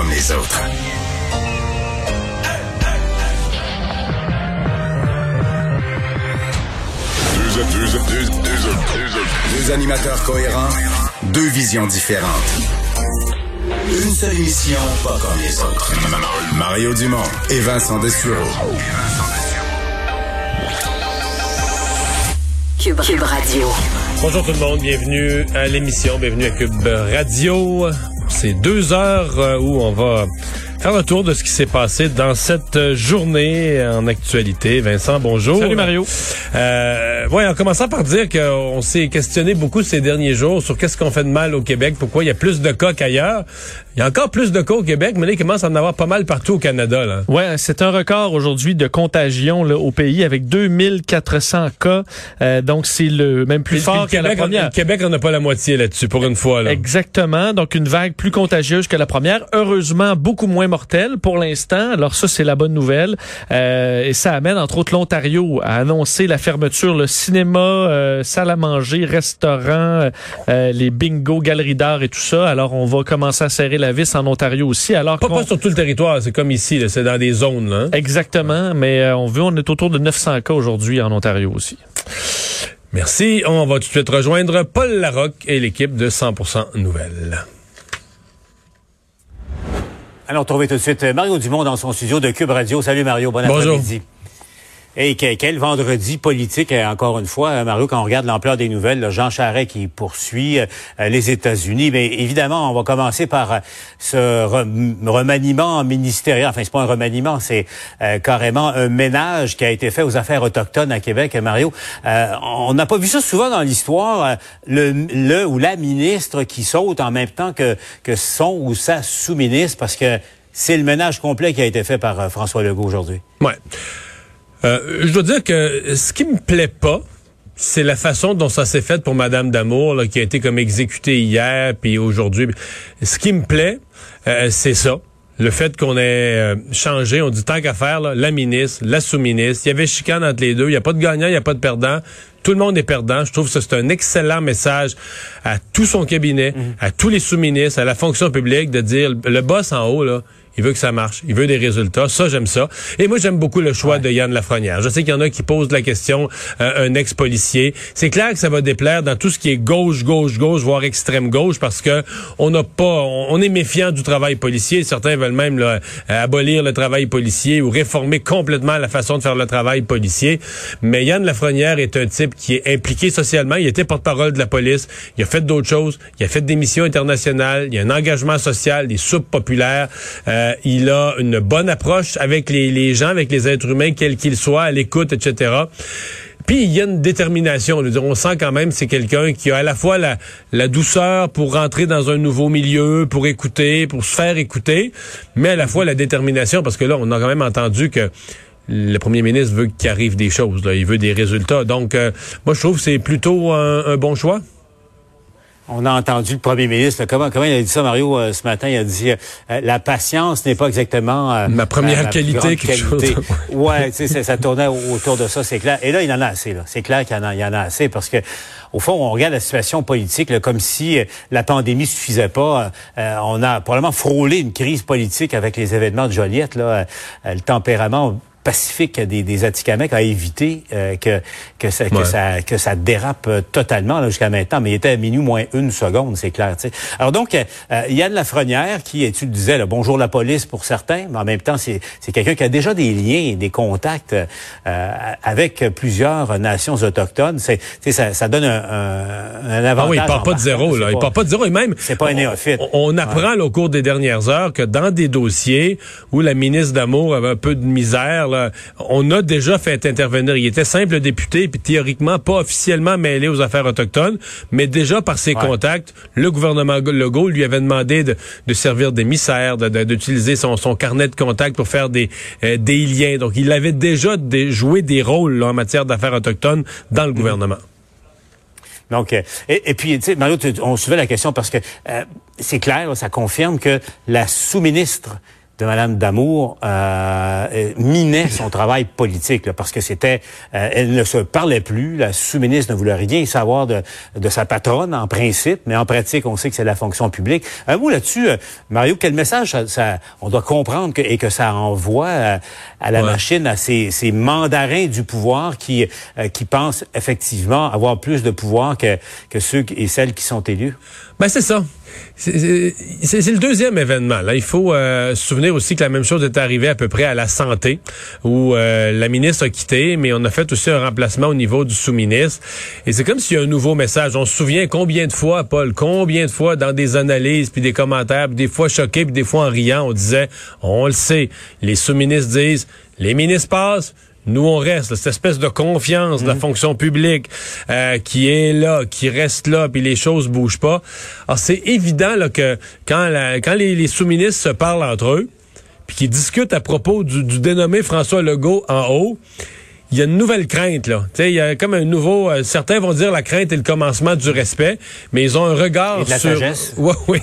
comme les autres. Deux animateurs cohérents, deux visions différentes. Une seule émission, pas comme les autres. Mario Dumont et Vincent Dessureau. Cube Radio. Bonjour tout le monde, bienvenue à l'émission, bienvenue à Cube Radio. C'est 2 heures où on va faire le tour de ce qui s'est passé dans cette journée en actualité. Vincent, bonjour. Salut Mario. En commençant par dire qu'on s'est questionné beaucoup ces derniers jours sur qu'est-ce qu'on fait de mal au Québec, pourquoi il y a plus de cas qu'ailleurs. Il y a encore plus de cas au Québec, mais là, il commence à en avoir pas mal partout au Canada, là. Ouais, c'est un record aujourd'hui de contagion là, au pays avec 2400 cas. Donc, c'est le même plus fort que la première. Le Québec, on n'a pas la moitié là-dessus, pour une fois, là. Exactement. Donc, une vague plus contagieuse que la première. Heureusement, beaucoup moins mortelle pour l'instant. Alors ça, c'est la bonne nouvelle. Et ça amène, entre autres, l'Ontario à annoncer la fermeture, le cinéma, salle à manger, restaurant, les bingo, galeries d'art et tout ça. Alors, on va commencer à serrer la vis en Ontario aussi. Alors pas sur tout le territoire, c'est comme ici, là, c'est dans des zones, là. Exactement, mais on est autour de 900 cas aujourd'hui en Ontario aussi. Merci. On va tout de suite rejoindre Paul Larocque et l'équipe de 100% Nouvelles. Alors, trouvez tout de suite Mario Dumont dans son studio de Cube Radio. Salut Mario, bon après-midi. Et quel vendredi politique, encore une fois, Mario, quand on regarde l'ampleur des nouvelles, là, Jean Charest qui poursuit les États-Unis. Mais évidemment, on va commencer par ce remaniement ministériel. Enfin, c'est pas un remaniement, c'est carrément un ménage qui a été fait aux affaires autochtones à Québec, Mario. On n'a pas vu ça souvent dans l'histoire, le ou la ministre qui saute en même temps que son ou sa sous-ministre, parce que c'est le ménage complet qui a été fait par François Legault aujourd'hui. Ouais. Je dois dire que ce qui me plaît pas, c'est la façon dont ça s'est fait pour Madame Damour, là, qui a été comme exécutée hier puis aujourd'hui. Ce qui me plaît, c'est ça. Le fait qu'on ait changé, on dit tant qu'à faire, là, la ministre, la sous-ministre. Il y avait chicane entre les deux. Il n'y a pas de gagnant, il n'y a pas de perdant. Tout le monde est perdant. Je trouve que c'est un excellent message à tout son cabinet, à tous les sous-ministres, à la fonction publique, de dire le boss en haut, là, il veut que ça marche. Il veut des résultats. Ça, j'aime ça. Et moi, j'aime beaucoup le choix de Yann Lafrenière. Je sais qu'il y en a qui posent la question, un ex-policier. C'est clair que ça va déplaire dans tout ce qui est gauche, voire extrême gauche, parce que on est méfiant du travail policier. Certains veulent même là, abolir le travail policier ou réformer complètement la façon de faire le travail policier. Mais Yann Lafrenière est un type qui est impliqué socialement. Il était porte-parole de la police. Il a fait d'autres choses. Il a fait des missions internationales. Il y a un engagement social, des soupes populaires. Il a une bonne approche avec les gens, avec les êtres humains, quels qu'ils soient, à l'écoute, etc. Puis il y a une détermination. On sent quand même c'est quelqu'un qui a à la fois la douceur pour rentrer dans un nouveau milieu, pour écouter, pour se faire écouter, mais à la fois la détermination, parce que là, on a quand même entendu que le premier ministre veut qu'il arrive des choses. Là. Il veut des résultats. Donc, moi, je trouve que c'est plutôt un bon choix. On a entendu le premier ministre, là, comment il a dit ça, Mario, ce matin? Il a dit la patience n'est pas exactement ma première qualité, quelque chose. Ouais, tu sais, ça tournait autour de ça, c'est clair. Et là, il en a assez, là. C'est clair qu'il y en a assez, parce que au fond, on regarde la situation politique là, comme si la pandémie suffisait pas. On a probablement frôlé une crise politique avec les événements de Joliette, là, le tempérament pacifique des Atikamekw a évité que ça dérape totalement là, jusqu'à maintenant, mais il était à minuit moins 1 seconde, c'est clair. T'sais. Alors donc, Yann Lafrenière, qui, tu le disais, là, bonjour la police pour certains, mais en même temps, c'est quelqu'un qui a déjà des liens, des contacts avec plusieurs nations autochtones. Ça donne un avantage. Ah oui, il part pas de zéro, là. Il part pas de zéro, et même... C'est pas un néophyte. On apprend là, au cours des dernières heures que dans des dossiers où la ministre Damour avait un peu de misère, là, on a déjà fait intervenir. Il était simple député, puis théoriquement pas officiellement mêlé aux affaires autochtones, mais déjà par ses contacts, le gouvernement Legault lui avait demandé de servir d'émissaire, d'utiliser son carnet de contacts pour faire des liens. Donc, il avait déjà joué des rôles là, en matière d'affaires autochtones dans le gouvernement. Donc, et puis, tu sais, Mario, on soulevait la question parce que c'est clair, là, ça confirme que la sous-ministre de Mme Damour minait son travail politique, là, parce que elle ne se parlait plus, la sous-ministre ne voulait rien savoir de sa patronne, en principe, mais en pratique, on sait que c'est la fonction publique. Un mot là-dessus, Mario, quel message on doit comprendre que ça envoie à la machine, à ces mandarins du pouvoir qui pensent effectivement avoir plus de pouvoir que ceux et celles qui sont élus? Ben c'est ça. C'est le deuxième événement. Là, il faut se souvenir aussi que la même chose est arrivée à peu près à la santé, où la ministre a quitté, mais on a fait aussi un remplacement au niveau du sous-ministre. Et c'est comme s'il y a un nouveau message. On se souvient combien de fois, Paul, dans des analyses, puis des commentaires, puis des fois choqués, puis des fois en riant, on disait, on le sait, les sous-ministres disent, les ministres passent, nous, on reste, là, cette espèce de confiance de la fonction publique qui est là, qui reste là, puis les choses bougent pas. Alors, c'est évident là, que quand les sous-ministres se parlent entre eux, puis qu'ils discutent à propos du dénommé François Legault en haut, il y a une nouvelle crainte, là. Tu sais, il y a comme un nouveau... certains vont dire la crainte est le commencement du respect, mais ils ont un regard et de la sur... sagesse. Oui.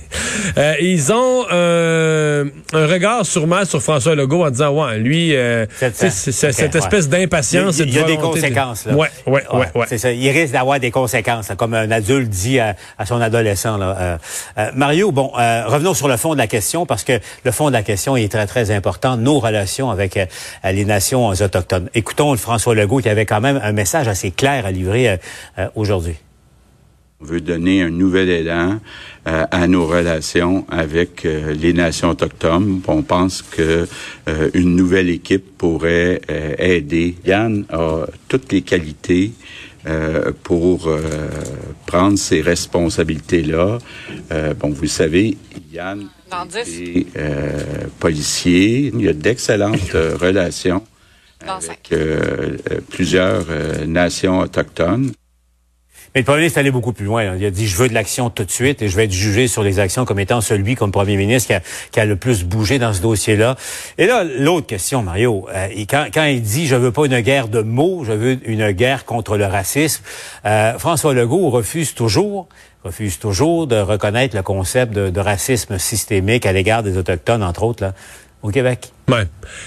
Ils ont un regard sûrement sur François Legault en disant, ouais, lui, cette espèce d'impatience... Il y a des conséquences, là. Ouais. C'est ça. Il risque d'avoir des conséquences, là, comme un adulte dit à son adolescent, là. Mario, revenons sur le fond de la question, parce que le fond de la question est très, très important. Nos relations avec les nations autochtones. Écoutons François Legault qui avait quand même un message assez clair à livrer aujourd'hui. On veut donner un nouvel élan à nos relations avec les nations autochtones. On pense que une nouvelle équipe pourrait aider. Yann a toutes les qualités pour prendre ces responsabilités-là. Vous le savez, Yann est policier. Il y a d'excellentes relations avec plusieurs nations autochtones. Mais le premier ministre est allé beaucoup plus loin, là. Il a dit, je veux de l'action tout de suite et je vais être jugé sur les actions comme étant celui, comme premier ministre, qui a le plus bougé dans ce dossier-là. Et là, l'autre question, Mario, quand il dit, je veux pas une guerre de mots, je veux une guerre contre le racisme, François Legault refuse toujours de reconnaître le concept de racisme systémique à l'égard des Autochtones, entre autres, là, au Québec. Ouais.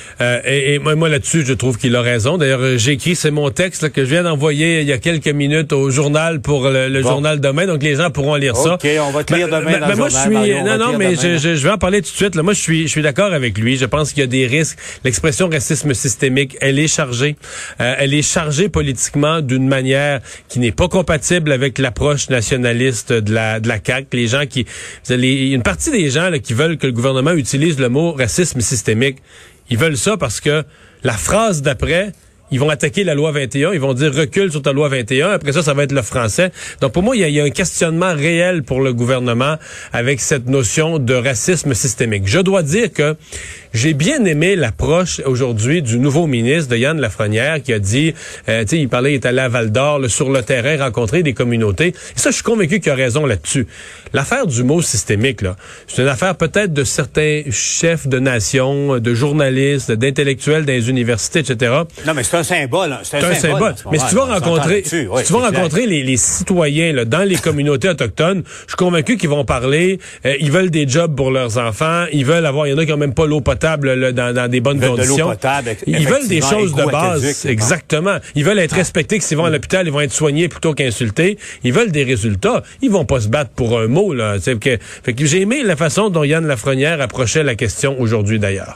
Et moi là-dessus, je trouve qu'il a raison. D'ailleurs, j'ai écrit, c'est mon texte là, que je viens d'envoyer il y a quelques minutes au journal pour le journal demain, donc les gens pourront lire ça. OK, on va te lire demain dans le moi, journal. Je vais en parler tout de suite. Là. Moi, je suis d'accord avec lui. Je pense qu'il y a des risques. L'expression racisme systémique, elle est chargée. Elle est chargée politiquement d'une manière qui n'est pas compatible avec l'approche nationaliste de la CAQ. Les gens une partie des gens là, qui veulent que le gouvernement utilise le mot racisme systémique, ils veulent ça parce que la phrase d'après, ils vont attaquer la loi 21, ils vont dire recule sur ta loi 21, après ça va être le français. Donc pour moi, il y a un questionnement réel pour le gouvernement avec cette notion de racisme systémique. Je dois dire que j'ai bien aimé l'approche aujourd'hui du nouveau ministre de Yann Lafrenière qui a dit, il est allé à Val-d'Or, sur le terrain, rencontrer des communautés. Et ça, je suis convaincu qu'il a raison là-dessus. L'affaire du mot systémique, là, c'est une affaire peut-être de certains chefs de nation, de journalistes, d'intellectuels dans les universités, etc. Non, mais c'est un symbole. C'est un symbole. Mais si tu vas rencontrer les citoyens là, dans les communautés autochtones, je suis convaincu qu'ils vont parler. Ils veulent des jobs pour leurs enfants. Ils veulent avoir. Il y en a qui n'ont même pas l'eau potable là, dans des bonnes conditions. De l'eau potable, ils veulent des choses de base. Exactement. Ils veulent être respectés. Que s'ils vont à l'hôpital, ils vont être soignés plutôt qu'insultés. Ils veulent des résultats. Ils vont pas se battre pour un mot. Là. Fait que j'ai aimé la façon dont Yann Lafrenière approchait la question aujourd'hui d'ailleurs.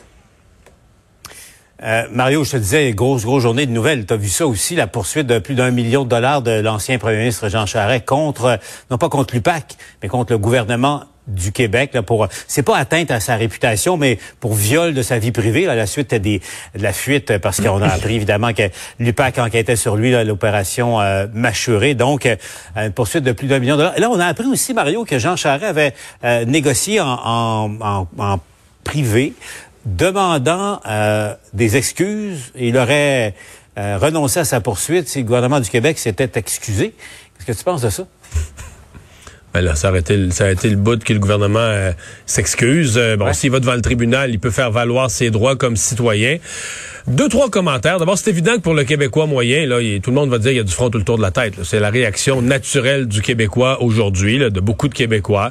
Mario, je te disais, grosse journée de nouvelles. Tu as vu ça aussi, la poursuite de plus d'1 million de dollars de l'ancien premier ministre Jean Charest non pas contre l'UPAC, mais contre le gouvernement du Québec, là, c'est pas atteinte à sa réputation, mais pour viol de sa vie privée, à la suite de la fuite, parce qu'on a appris évidemment que l'UPAC enquêtait sur lui, là, l'opération Mâchuré. Donc, une poursuite de plus d'1 million de dollars. Et là, on a appris aussi, Mario, que Jean Charest avait négocié en privé, demandant des excuses. Il aurait renoncé à sa poursuite si le gouvernement du Québec s'était excusé. Qu'est-ce que tu penses de ça? Ben là, ça a été le bout que le gouvernement s'excuse. S'il va devant le tribunal, il peut faire valoir ses droits comme citoyen. 2-3 commentaires. D'abord, c'est évident que pour le Québécois moyen, là, tout le monde va dire qu'il y a du front tout le tour de la tête. Là. C'est la réaction naturelle du Québécois aujourd'hui, là, de beaucoup de Québécois.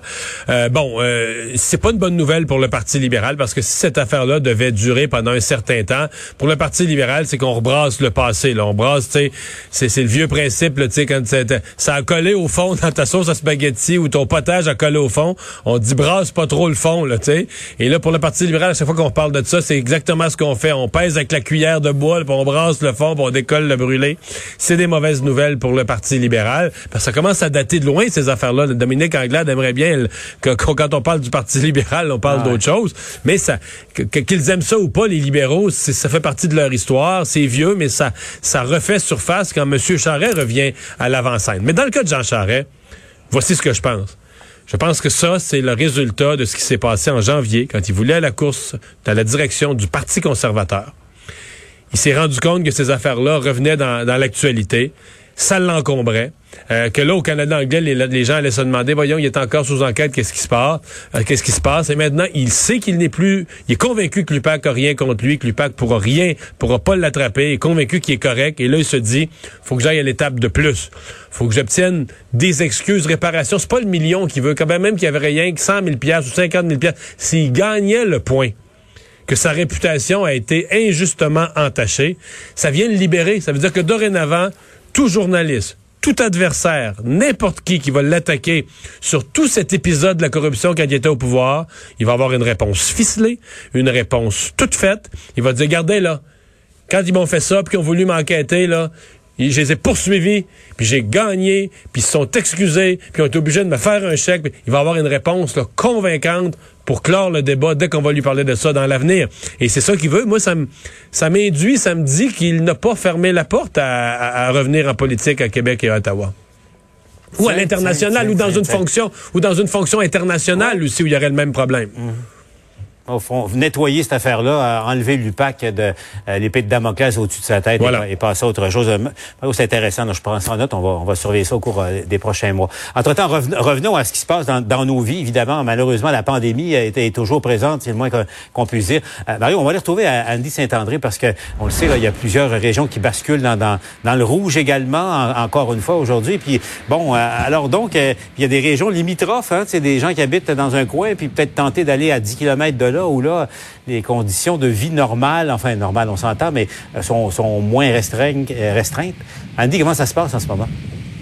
C'est pas une bonne nouvelle pour le Parti libéral parce que si cette affaire-là devait durer pendant un certain temps, pour le Parti libéral, c'est qu'on rebrasse le passé. Là. On brasse, tu sais, c'est le vieux principe, tu sais, quand ça a collé au fond dans ta sauce à spaghetti ou ton potage a collé au fond, on dit brasse pas trop le fond, là, tu sais. Et là, pour le Parti libéral, à chaque fois qu'on parle de ça, c'est exactement ce qu'on fait. On pèse avec la cuillère de bois, puis on brasse le fond, puis on décolle le brûlé. C'est des mauvaises nouvelles pour le Parti libéral, parce que ça commence à dater de loin, ces affaires-là. Dominique Anglade aimerait bien que quand on parle du Parti libéral, on parle d'autre chose. Mais ça, qu'ils aiment ça ou pas, les libéraux, ça fait partie de leur histoire. C'est vieux, mais ça refait surface quand M. Charest revient à l'avant-scène. Mais dans le cas de Jean Charest, voici ce que je pense. Je pense que ça, c'est le résultat de ce qui s'est passé en janvier, quand il voulait à la course dans la direction du Parti conservateur. Il s'est rendu compte que ces affaires-là revenaient dans l'actualité. Ça l'encombrait. Que là, au Canada anglais, les gens allaient se demander, voyons, il est encore sous enquête, qu'est-ce qui se passe? Et maintenant, il sait qu'il n'est plus, il est convaincu que l'UPAC a rien contre lui, que l'UPAC pourra pas l'attraper, il est convaincu qu'il est correct. Et là, il se dit, faut que j'aille à l'étape de plus. Faut que j'obtienne des excuses, réparations. C'est pas le million qu'il veut, quand même qu'il y avait rien que 100 000 $ ou 50 000 $. S'il gagnait le point, que sa réputation a été injustement entachée, ça vient le libérer. Ça veut dire que dorénavant, tout journaliste, tout adversaire, n'importe qui va l'attaquer sur tout cet épisode de la corruption quand il était au pouvoir, il va avoir une réponse ficelée, une réponse toute faite. Il va dire, regardez là, quand ils m'ont fait ça, puis qu'ils ont voulu m'enquêter, là, je les ai poursuivis, puis j'ai gagné, puis ils se sont excusés, puis ils ont été obligés de me faire un chèque. Puis il va avoir une réponse là, convaincante pour clore le débat dès qu'on va lui parler de ça dans l'avenir. Et c'est ça qu'il veut. Moi, ça me dit qu'il n'a pas fermé la porte à revenir en politique à Québec et à Ottawa. Ou à l'international, ou dans une fonction internationale aussi où il y aurait le même problème. Au fond, nettoyer cette affaire-là, enlever l'UPAC de l'épée de Damoclès au-dessus de sa tête et passer à autre chose. C'est intéressant, là, je prends ça en note, on va surveiller ça au cours des prochains mois. Entre-temps, revenons à ce qui se passe dans nos vies. Évidemment, malheureusement, la pandémie est toujours présente, c'est le moins qu'on puisse dire. Mario, on va aller retrouver Andy Saint-André parce que on le sait, là, il y a plusieurs régions qui basculent dans le rouge également, encore une fois aujourd'hui. Puis bon, alors donc, il y a des régions limitrophes, hein, des gens qui habitent dans un coin, puis peut-être tenter d'aller à 10 km de là, où là, les conditions de vie normales, on s'entend, mais sont moins restreintes. Andy, comment ça se passe en ce moment?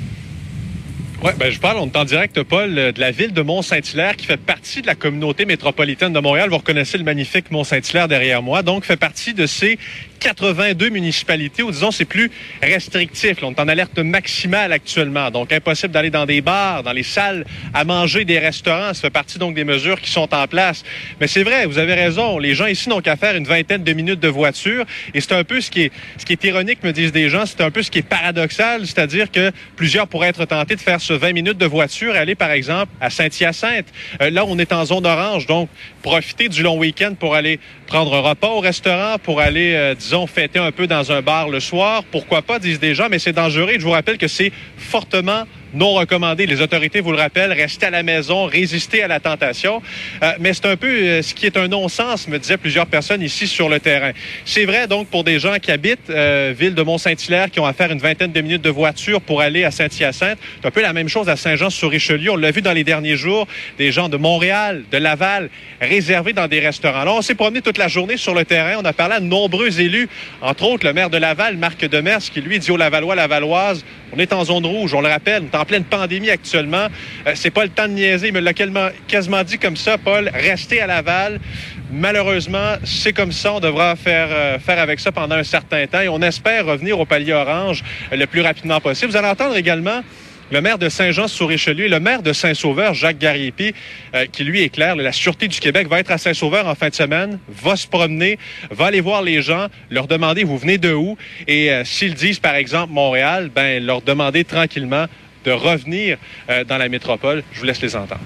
Oui, on est en direct, Paul, de la ville de Mont-Saint-Hilaire qui fait partie de la communauté métropolitaine de Montréal. Vous reconnaissez le magnifique Mont-Saint-Hilaire derrière moi. Donc, fait partie de ces 82 municipalités où, disons, c'est plus restrictif. Là, on est en alerte maximale actuellement. Donc, impossible d'aller dans des bars, dans les salles à manger, des restaurants. Ça fait partie donc des mesures qui sont en place. Mais c'est vrai, vous avez raison. Les gens ici n'ont qu'à faire une vingtaine de minutes de voiture. Et c'est un peu ce qui est ironique, me disent des gens. C'est un peu ce qui est paradoxal. C'est-à-dire que plusieurs pourraient être tentés de faire 20 minutes de voiture, aller par exemple à Saint-Hyacinthe. Là, on est en zone orange, donc profiter du long week-end pour aller prendre un repas au restaurant, pour aller, disons, fêter un peu dans un bar le soir. Pourquoi pas, disent des gens, mais c'est dangereux. Je vous rappelle que c'est fortement non recommandé. Les autorités vous le rappellent, restez à la maison, résistez à la tentation. Mais c'est un peu ce qui est un non-sens, me disaient plusieurs personnes ici sur le terrain. C'est vrai donc pour des gens qui habitent ville de Mont-Saint-Hilaire, qui ont à faire une vingtaine de minutes de voiture pour aller à Saint-Hyacinthe. C'est un peu la même chose à Saint-Jean-sur-Richelieu. On l'a vu dans les derniers jours, des gens de Montréal, de Laval, réservés dans des restaurants. Alors, on s'est promené toute la journée sur le terrain. On a parlé à de nombreux élus, entre autres le maire de Laval, Marc Demers, qui lui dit aux Lavallois, Lavalloises, on est en zone rouge, on le rappelle, on est en pleine pandémie actuellement. C'est pas le temps de niaiser, il me l'a quasiment dit comme ça, Paul. Restez à Laval. Malheureusement, c'est comme ça. On devra faire avec ça pendant un certain temps et on espère revenir au palier orange le plus rapidement possible. Vous allez entendre également le maire de Saint-Jean-sur-Richelieu et le maire de Saint-Sauveur, Jacques Gariepi, qui lui est clair, la Sûreté du Québec va être à Saint-Sauveur en fin de semaine, va se promener, va aller voir les gens, leur demander vous venez de où et s'ils disent par exemple Montréal, leur demander tranquillement de revenir dans la métropole. Je vous laisse les entendre.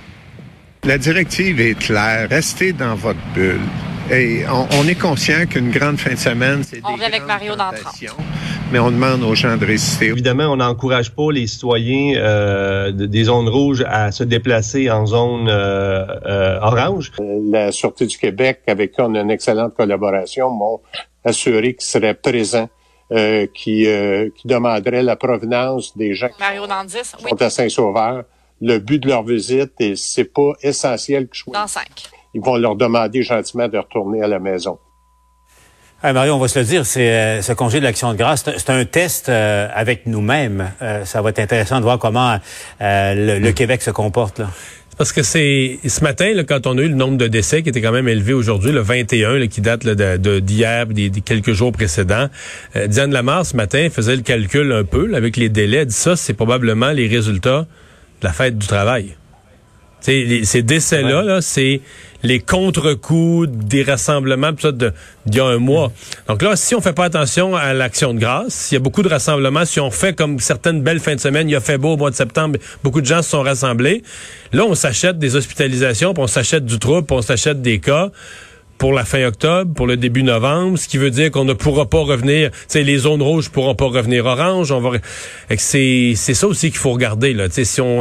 La directive est claire. Restez dans votre bulle. Et on est conscient qu'une grande fin de semaine, c'est on revient avec Mario dans 30. mais on demande aux gens de résister. Évidemment, on n'encourage pas les citoyens des zones rouges à se déplacer en zone orange. La Sûreté du Québec, avec qui on a une excellente collaboration, m'ont assuré qu'ils seraient présents, qui demanderaient la provenance des gens qui sont à Saint-Sauveur. Le but de leur visite, et c'est pas essentiel qu'ils soient dans 5. Ils vont leur demander gentiment de retourner à la maison. Mario, on va se le dire, c'est ce congé de l'Action de grâce, c'est un test avec nous-mêmes. Ça va être intéressant de voir comment le Québec se comporte là. Parce que c'est ce matin, là, quand on a eu le nombre de décès qui était quand même élevé aujourd'hui, le 21, là, qui date là, d'hier, des quelques jours précédents, Diane Lamar, ce matin, faisait le calcul un peu là, avec les délais. Elle dit ça, c'est probablement les résultats de la fête du travail. Ces décès-là, là, c'est les contre-coups des rassemblements d'il y a un mois. Donc là, si on fait pas attention à l'Action de grâce, il y a beaucoup de rassemblements. Si on fait comme certaines belles fins de semaine, il a fait beau au mois de septembre, beaucoup de gens se sont rassemblés. Là, on s'achète des hospitalisations, puis on s'achète du trouble, puis on s'achète des cas pour la fin octobre, pour le début novembre, ce qui veut dire qu'on ne pourra pas revenir, les zones rouges pourront pas revenir orange, c'est ça aussi qu'il faut regarder, là. Si on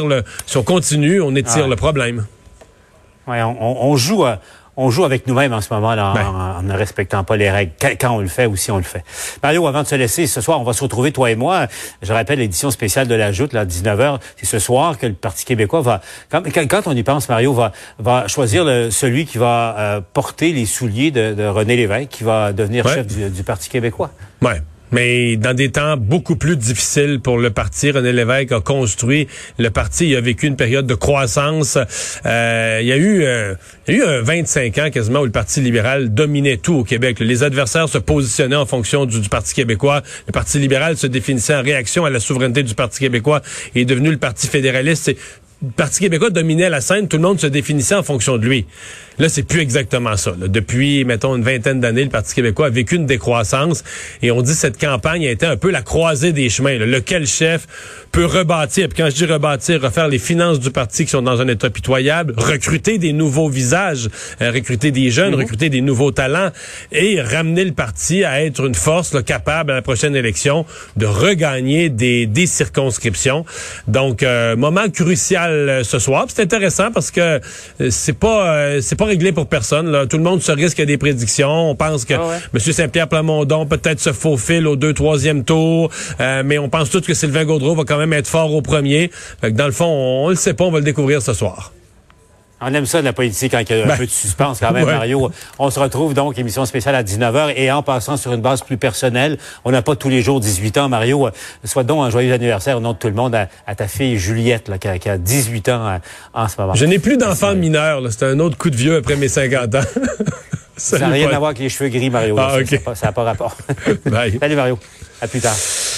continue, on étire le problème. Ouais, on joue avec nous-mêmes en ce moment là, en ne respectant pas les règles, quand on le fait ou si on le fait. Mario, avant de se laisser, ce soir, on va se retrouver, toi et moi. Je rappelle l'édition spéciale de la Joute, là, à 19h. C'est ce soir que le Parti québécois va, quand on y pense, Mario, va choisir celui qui va porter les souliers de René Lévesque, qui va devenir chef du Parti québécois. Ouais. Mais dans des temps beaucoup plus difficiles pour le parti, René Lévesque a construit le parti. Il a vécu une période de croissance. Il y a eu un 25 ans quasiment où le Parti libéral dominait tout au Québec. Les adversaires se positionnaient en fonction du Parti québécois. Le Parti libéral se définissait en réaction à la souveraineté du Parti québécois et est devenu le Parti fédéraliste. Le Parti québécois dominait la scène, tout le monde se définissait en fonction de lui. Là, c'est plus exactement ça. Là. Depuis, mettons, une vingtaine d'années, le Parti québécois a vécu une décroissance et on dit que cette campagne a été un peu la croisée des chemins. Là. Lequel chef peut rebâtir, puis quand je dis rebâtir, refaire les finances du parti qui sont dans un état pitoyable, recruter des nouveaux visages, recruter des jeunes, recruter des nouveaux talents et ramener le parti à être une force là, capable à la prochaine élection de regagner des circonscriptions. Donc, moment crucial ce soir. Puis c'est intéressant parce que c'est pas réglé pour personne. Là. Tout le monde se risque à des prédictions. On pense que M. Saint-Pierre Plamondon peut-être se faufile au 2e, 3e tour, mais on pense tous que Sylvain Gaudreault va quand même être fort au premier. Fait que dans le fond, on le sait pas, on va le découvrir ce soir. On aime ça de la politique quand il y a un peu de suspense quand même, Mario. On se retrouve donc, émission spéciale à 19h et en passant sur une base plus personnelle. On n'a pas tous les jours 18 ans, Mario. Souhaite donc un joyeux anniversaire au nom de tout le monde à ta fille Juliette, là, qui a 18 ans en ce moment. Je n'ai plus d'enfants mineurs. C'est un autre coup de vieux après mes 50 ans. Ça n'a rien à voir avec les cheveux gris, Mario. Ah, OK. Ça n'a pas rapport. Bye. Salut, Mario. À plus tard.